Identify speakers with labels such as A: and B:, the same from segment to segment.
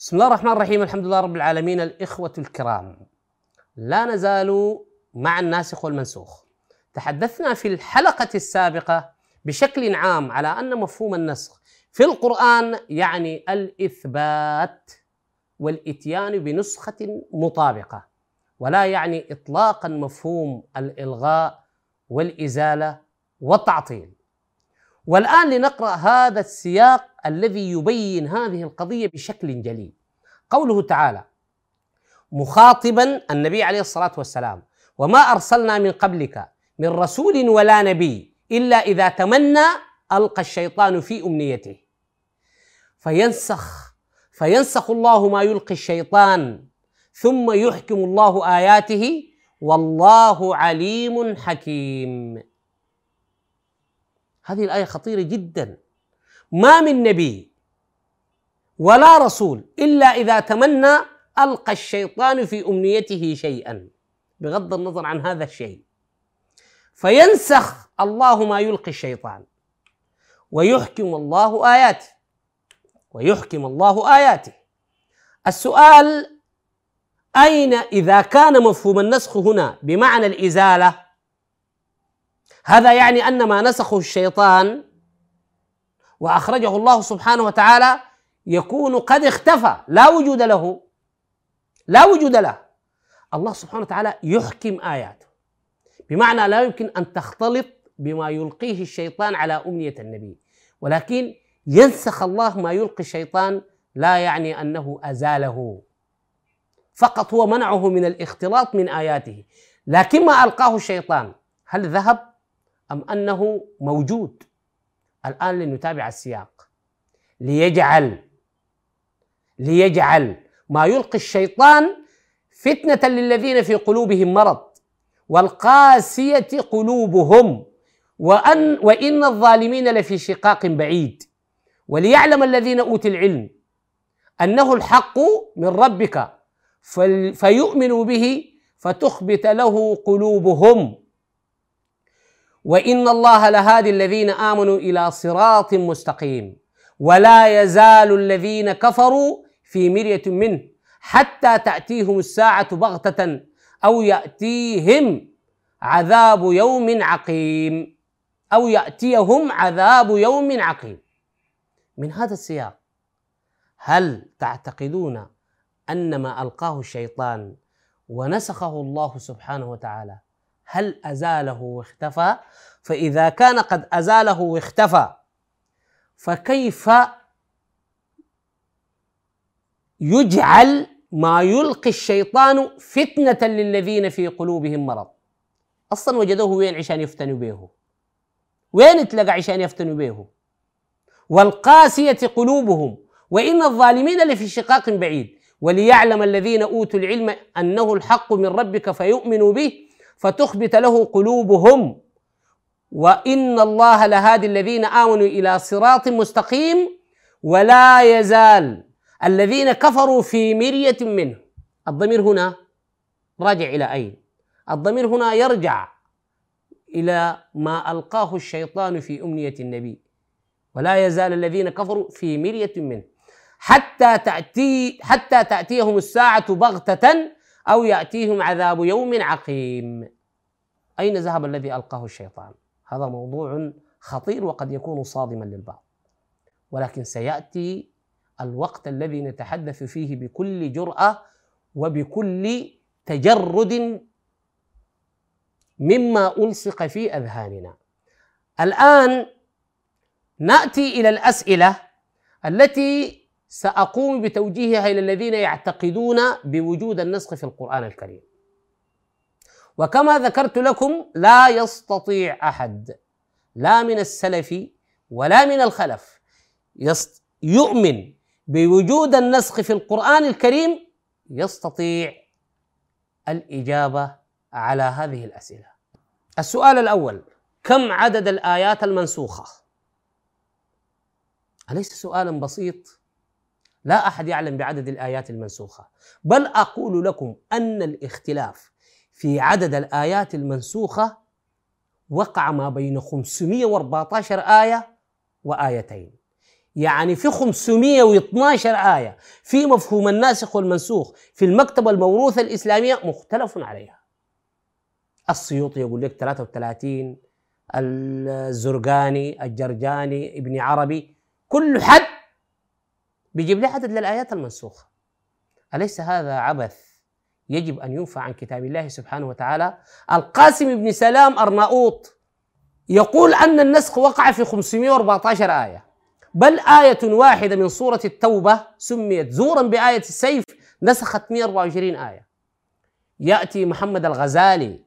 A: بسم الله الرحمن الرحيم. الحمد لله رب العالمين. الإخوة الكرام، لا نزال مع الناسخ والمنسوخ. تحدثنا في الحلقة السابقة بشكل عام على أن مفهوم النسخ في القرآن يعني الإثبات والإتيان بنسخة مطابقة، ولا يعني إطلاقا مفهوم الإلغاء والإزالة والتعطيل. والآن لنقرأ هذا السياق الذي يبين هذه القضية بشكل جلي. قوله تعالى مخاطبا النبي عليه الصلاة والسلام: وما أرسلنا من قبلك من رسول ولا نبي إلا إذا تمنى ألقى الشيطان في أمنيته فينسخ الله ما يلقي الشيطان ثم يحكم الله آياته والله عليم حكيم. هذه الآية خطيرة جدا. ما من نبي ولا رسول إلا إذا تمنى ألقى الشيطان في أمنيته شيئا، بغض النظر عن هذا الشيء، فينسخ الله ما يلقي الشيطان ويحكم الله آياته. السؤال: أين إذا كان مفهوم النسخ هنا بمعنى الإزالة، هذا يعني أن ما نسخه الشيطان وأخرجه الله سبحانه وتعالى يكون قد اختفى، لا وجود له. الله سبحانه وتعالى يحكم آياته، بمعنى لا يمكن أن تختلط بما يلقيه الشيطان على أمنية النبي، ولكن ينسخ الله ما يلقي الشيطان لا يعني أنه أزاله، فقط هو منعه من الاختلاط من آياته. لكن ما ألقاه الشيطان هل ذهب أم أنه موجود؟ الآن لنتابع السياق. ليجعل ما يلقي الشيطان فتنة للذين في قلوبهم مرض والقاسية قلوبهم وإن الظالمين لفي شقاق بعيد، وليعلم الذين أوتوا العلم أنه الحق من ربك فيؤمنوا به فتخبت له قلوبهم وإن الله لهادي الذين آمنوا إلى صراط مستقيم ولا يزال الذين كفروا في مرية منه حتى تأتيهم الساعة بغتة أو يأتيهم عذاب يوم عقيم. من هذا السياق، هل تعتقدون أن ما ألقاه الشيطان ونسخه الله سبحانه وتعالى هل أزاله واختفى؟ فإذا كان قد أزاله واختفى، فكيف يجعل ما يلقي الشيطان فتنة للذين في قلوبهم مرض؟ أصلا وجدوه وين عشان يفتنوا به؟ وين اتلقى عشان يفتنوا به؟ والقاسية قلوبهم وإن الظالمين لفي شقاق بعيد وليعلم الذين أوتوا العلم أنه الحق من ربك فيؤمنوا به فتخبت له قلوبهم وإن الله لهادي الذين آمنوا إلى صراط مستقيم ولا يزال الذين كفروا في مرية منه. الضمير هنا راجع إلى أين؟ الضمير هنا يرجع إلى ما ألقاه الشيطان في أمنية النبي، ولا يزال الذين كفروا في مرية منه حتى تأتيهم الساعة بغتة أو يأتيهم عذاب يوم عقيم. أين ذهب الذي ألقاه الشيطان؟ هذا موضوع خطير وقد يكون صادما للبعض، ولكن سيأتي الوقت الذي نتحدث فيه بكل جرأة وبكل تجرد مما ألصق في أذهاننا. الآن نأتي إلى الأسئلة التي سأقوم بتوجيهها إلى الذين يعتقدون بوجود النسخ في القرآن الكريم. وكما ذكرت لكم، لا يستطيع أحد لا من السلف ولا من الخلف يؤمن بوجود النسخ في القرآن الكريم يستطيع الإجابة على هذه الأسئلة. السؤال الأول: كم عدد الآيات المنسوخة؟ أليس سؤالا بسيط؟ لا أحد يعلم بعدد الآيات المنسوخة، بل أقول لكم أن الاختلاف في عدد الآيات المنسوخة وقع ما بين 514 آية وآيتين، يعني في 512 آية في مفهوم الناسخ والمنسوخ في المكتبة الموروثة الإسلامية مختلف عليها. السيوطي يقول لك 33، الزرقاني، الجرجاني، ابن عربي، كل حد بيجيب لي عدد للآيات المنسوخة. أليس هذا عبث يجب أن ينفى عن كتاب الله سبحانه وتعالى؟ القاسم بن سلام أرناؤوط يقول أن النسخ وقع في 514 آية، بل آية واحدة من سورة التوبة سميت زورا بآية السيف نسخت 124 آية. يأتي محمد الغزالي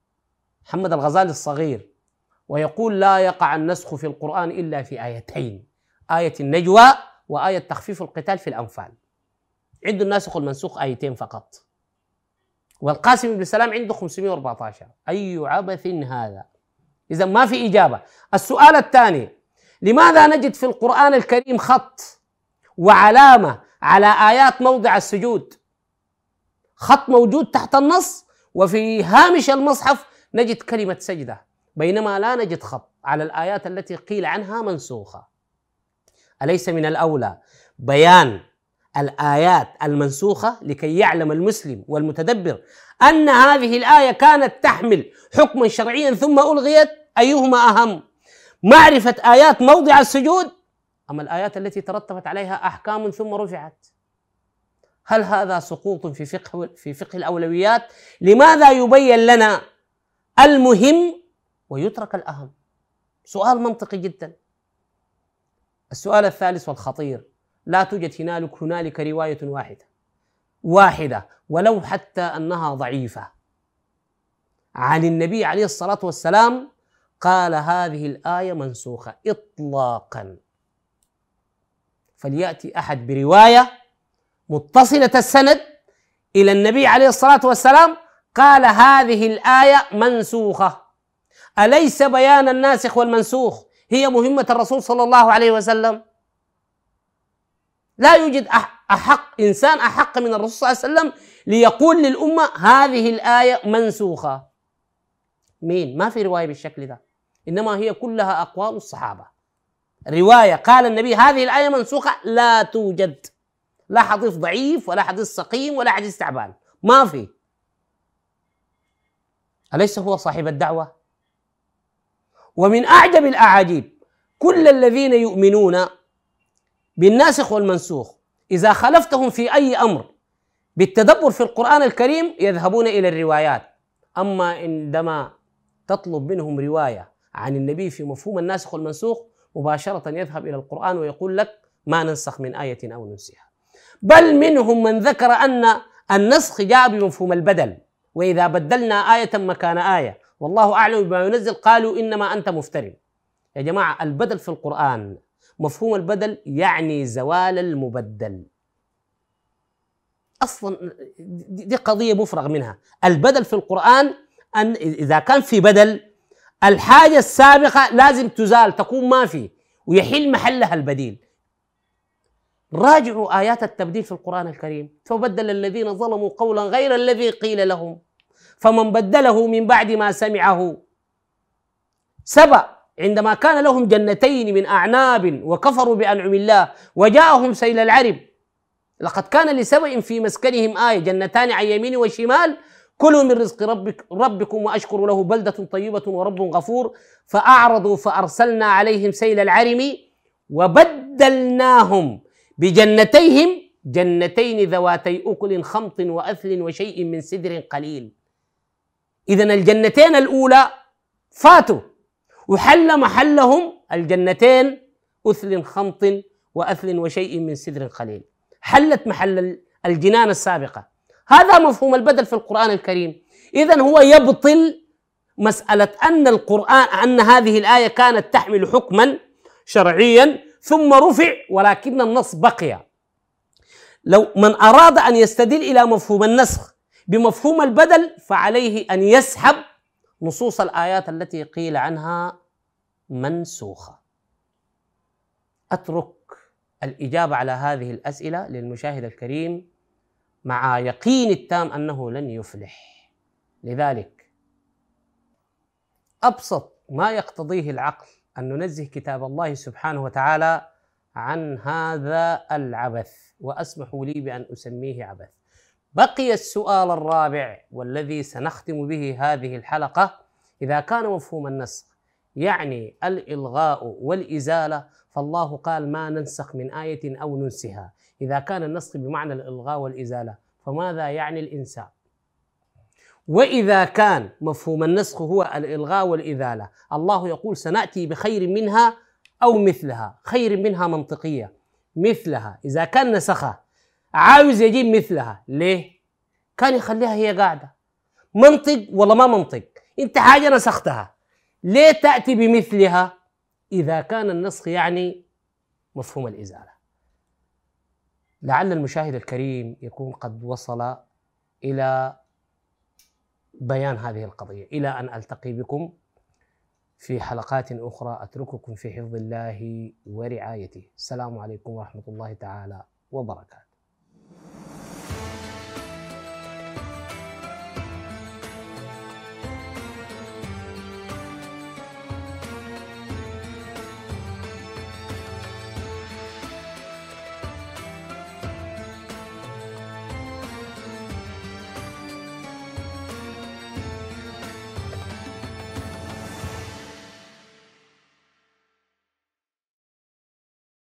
A: الصغير ويقول لا يقع النسخ في القرآن إلا في آيتين، آية النجوى وآية تخفيف القتال في الأنفال. عنده الناسخ والمنسوخ آيتين فقط، والقاسم بن سلام عنده 514. أي عبث هذا؟ إذا ما في إجابة. السؤال الثاني، لماذا نجد في القرآن الكريم خط وعلامة على آيات موضع السجود؟ خط موجود تحت النص، وفي هامش المصحف نجد كلمة سجدة، بينما لا نجد خط على الآيات التي قيل عنها منسوخة. أليس من الأولى بيان الآيات المنسوخة لكي يعلم المسلم والمتدبر أن هذه الآية كانت تحمل حكما شرعيا ثم ألغيت؟ أيهما أهم، معرفة آيات موضع السجود أم الآيات التي ترتبت عليها أحكام ثم رفعت؟ هل هذا سقوط في فقه الأولويات؟ لماذا يبين لنا المهم ويترك الأهم؟ سؤال منطقي جدا. السؤال الثالث والخطير، لا توجد هنالك رواية واحدة ولو حتى أنها ضعيفة عن النبي عليه الصلاة والسلام قال هذه الآية منسوخة إطلاقا. فليأتي أحد برواية متصلة السند إلى النبي عليه الصلاة والسلام قال هذه الآية منسوخة. أليس بيان الناسخ والمنسوخ هي مهمة الرسول صلى الله عليه وسلم؟ لا يوجد إنسان أحق من الرسول صلى الله عليه وسلم ليقول للأمة هذه الآية منسوخة. مين؟ ما في رواية بالشكل ده، إنما هي كلها أقوال الصحابة. رواية قال النبي هذه الآية منسوخة لا توجد، لا حديث ضعيف ولا حديث سقيم ولا حديث تعبان، ما في. أليس هو صاحب الدعوة؟ ومن أعجب الأعاجيب كل الذين يؤمنون بالناسخ والمنسوخ إذا خلفتهم في أي أمر بالتدبر في القرآن الكريم يذهبون إلى الروايات، أما عندما تطلب منهم رواية عن النبي في مفهوم الناسخ والمنسوخ مباشرة يذهب إلى القرآن ويقول لك ما ننسخ من آية أو ننسها. بل منهم من ذكر أن النسخ جاء بمفهوم البدل، وإذا بدلنا آية مكان آية والله أعلم بما ينزل قالوا إنما أنت مفتري. يا جماعة، البدل في القرآن مفهوم البدل يعني زوال المبدل. أصلا دي قضية مفرغ منها. البدل في القرآن أن إذا كان في بدل الحاجة السابقة لازم تزال، تكون ما في، ويحل محلها البديل. راجعوا آيات التبديل في القرآن الكريم، فبدل الذين ظلموا قولا غير الذي قيل لهم فمن بدله من بعد ما سمعه. سبأ عندما كان لهم جنتين من أعناب وكفروا بأنعم الله وجاءهم سيل العرم لقد كان لسبأ في مسكنهم آية جنتان عن يمين وشمال كلوا من رزق ربكم وأشكروا له بلدة طيبة ورب غفور فأعرضوا فأرسلنا عليهم سيل العرم وبدلناهم بجنتيهم جنتين ذواتي أكل خمط وأثل وشيء من سدر قليل. إذن الجنتين الأولى فاتوا وحل محلهم الجنتين أثل خمط وأثل وشيء من سدر قليل، حلت محل الجنان السابقة. هذا مفهوم البدل في القرآن الكريم. إذن هو يبطل مسألة أن هذه الآية كانت تحمل حكما شرعيا ثم رفع ولكن النص بقي. لو من أراد أن يستدل إلى مفهوم النسخ بمفهوم البدل فعليه أن يسحب نصوص الآيات التي قيل عنها منسوخة. أترك الإجابة على هذه الأسئلة للمشاهد الكريم مع يقين التام أنه لن يفلح. لذلك أبسط ما يقتضيه العقل أن ننزه كتاب الله سبحانه وتعالى عن هذا العبث، وأسمحوا لي بأن أسميه عبث. بقي السؤال الرابع والذي سنختم به هذه الحلقة: إذا كان مفهوم النسخ يعني الإلغاء والإزالة، فالله قال: ما ننسخ من آية أو ننسها. إذا كان النسخ بمعنى الإلغاء والإزالة، فماذا يعني الإنساء؟ وإذا كان مفهوم النسخ هو الإلغاء والإزالة، الله يقول: سنأتي بخير منها أو مثلها. خير منها منطقية، مثلها إذا كان نسخها عاوز يجيب مثلها، ليه؟ كان يخليها هي قاعدة. منطق ولا ما منطق؟ أنت حاجة نسختها، ليه تأتي بمثلها؟ إذا كان النسخ يعني مفهوم الإزالة. لعل المشاهد الكريم يكون قد وصل إلى بيان هذه القضية. إلى أن ألتقي بكم في حلقات أخرى، أترككم في حفظ الله ورعايته. السلام عليكم ورحمة الله تعالى وبركاته.